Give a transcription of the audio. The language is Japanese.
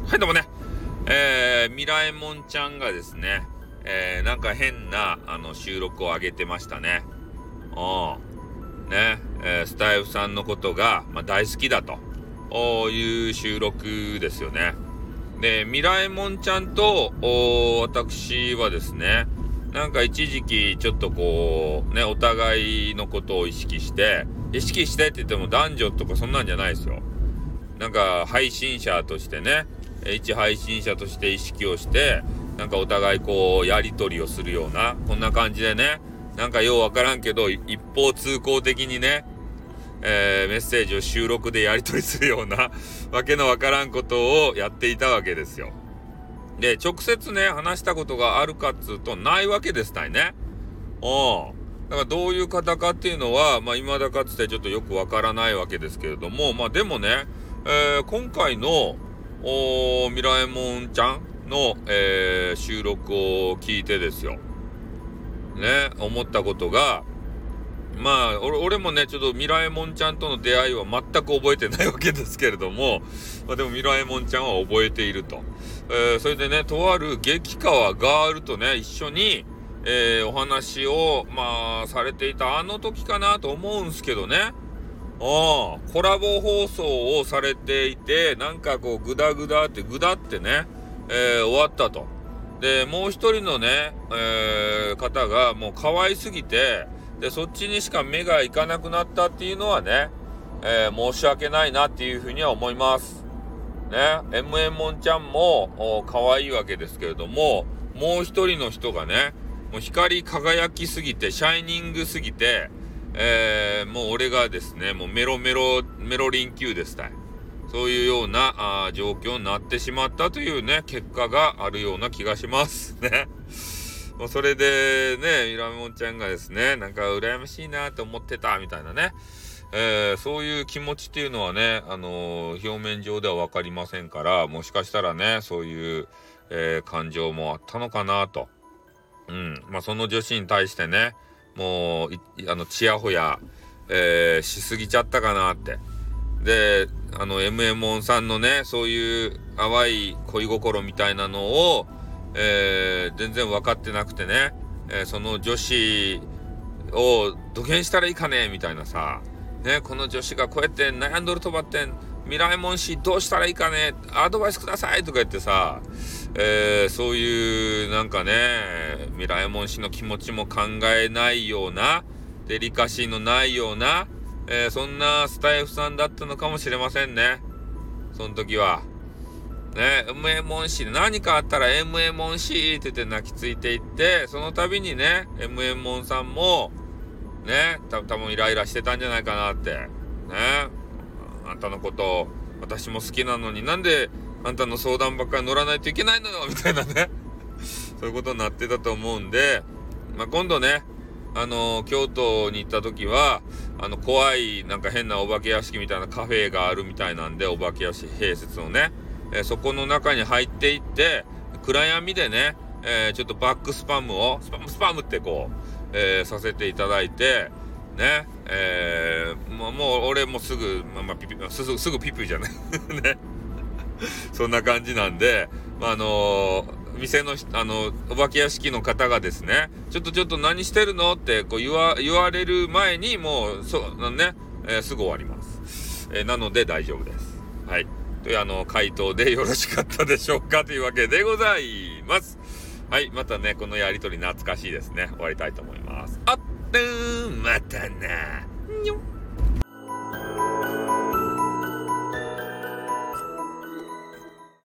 はい、どうもね。ミラエモンちゃんがですね、なんか変な、収録を上げてましたね。ね、スタイフさんのことが、大好きだという収録ですよね。で、ミラエモンちゃんと、私はですね、なんか一時期ちょっとこう、ね、お互いのことを意識してって言っても男女とかそんなんじゃないですよ。なんか配信者としてね、一配信者として意識をして、なんかお互いこうやり取りをするような、こんな感じでね、なんかようわからんけど一方通行的にね、メッセージを収録でやり取りするようなわけのわからんことをやっていたわけですよ。で、直接ね話したことがあるかっつうとないわけですたいね。だからどういう方かっていうのは未だかつてちょっとよくわからないわけですけれども、でもね、今回のミラエモンちゃんの、収録を聞いてですよね、思ったことが、俺もねちょっとミラエモンちゃんとの出会いは全く覚えてないわけですけれども、でもミラエモンちゃんは覚えていると、それでね、とある激川ガールとね一緒に、お話をされていたあの時かなと思うんすけどね。コラボ放送をされていて、なんかこうグダってね、終わったと。で、もう一人のね、方がもう可愛すぎて、で、そっちにしか目がいかなくなったっていうのはね、申し訳ないなっていうふうには思います。ね、Mモンちゃんも可愛いわけですけれども、もう一人の人がね、もう光り輝きすぎて、シャイニングすぎて、もう俺がですね、もうメロリン級ですたい。そういうような状況になってしまったというね、結果があるような気がしますね。それでね、ミラモンちゃんがですね、なんか羨ましいなと思ってたみたいなね、そういう気持ちっていうのはね、表面上ではわかりませんから、もしかしたらね、そういう、感情もあったのかなと。その女子に対してね、もうチヤホヤ、しすぎちゃったかなって。で、Mモンさんのね、そういう淡い恋心みたいなのを、全然分かってなくてね、その女子をどげんしたらいいかねみたいなさ、ね、この女子がこうやって悩んどるとばってん、ミラエモン氏どうしたらいいかね、アドバイスくださいとか言ってさ、そういうなんかね、ミラエモン氏の気持ちも考えないような、デリカシーのないような、そんなスタイフさんだったのかもしれませんね。その時は。ね、Mモン氏で何かあったら Mモン氏って言って泣きついていって、その度にね、Mモンさんも、ね、多分イライラしてたんじゃないかなって。ね。あんたのこと私も好きなのになんであんたの相談ばっかり乗らないといけないのよみたいなねそういうことになってたと思うんで、今度ね京都に行った時は怖いなんか変なお化け屋敷みたいなカフェがあるみたいなんで、お化け屋敷併設のね、そこの中に入っていって暗闇でね、ちょっとバックスパムをスパムってこう、させていただいてね、もう俺もすぐすぐピピじゃないねそんな感じなんで、店のお化け屋敷の方がですね、ちょっと何してるのってこう言われる前にもうすぐ終わります。なので大丈夫です。はい。という回答でよろしかったでしょうかというわけでございます。はい。またね、このやりとり懐かしいですね。終わりたいと思います。またな。にょ。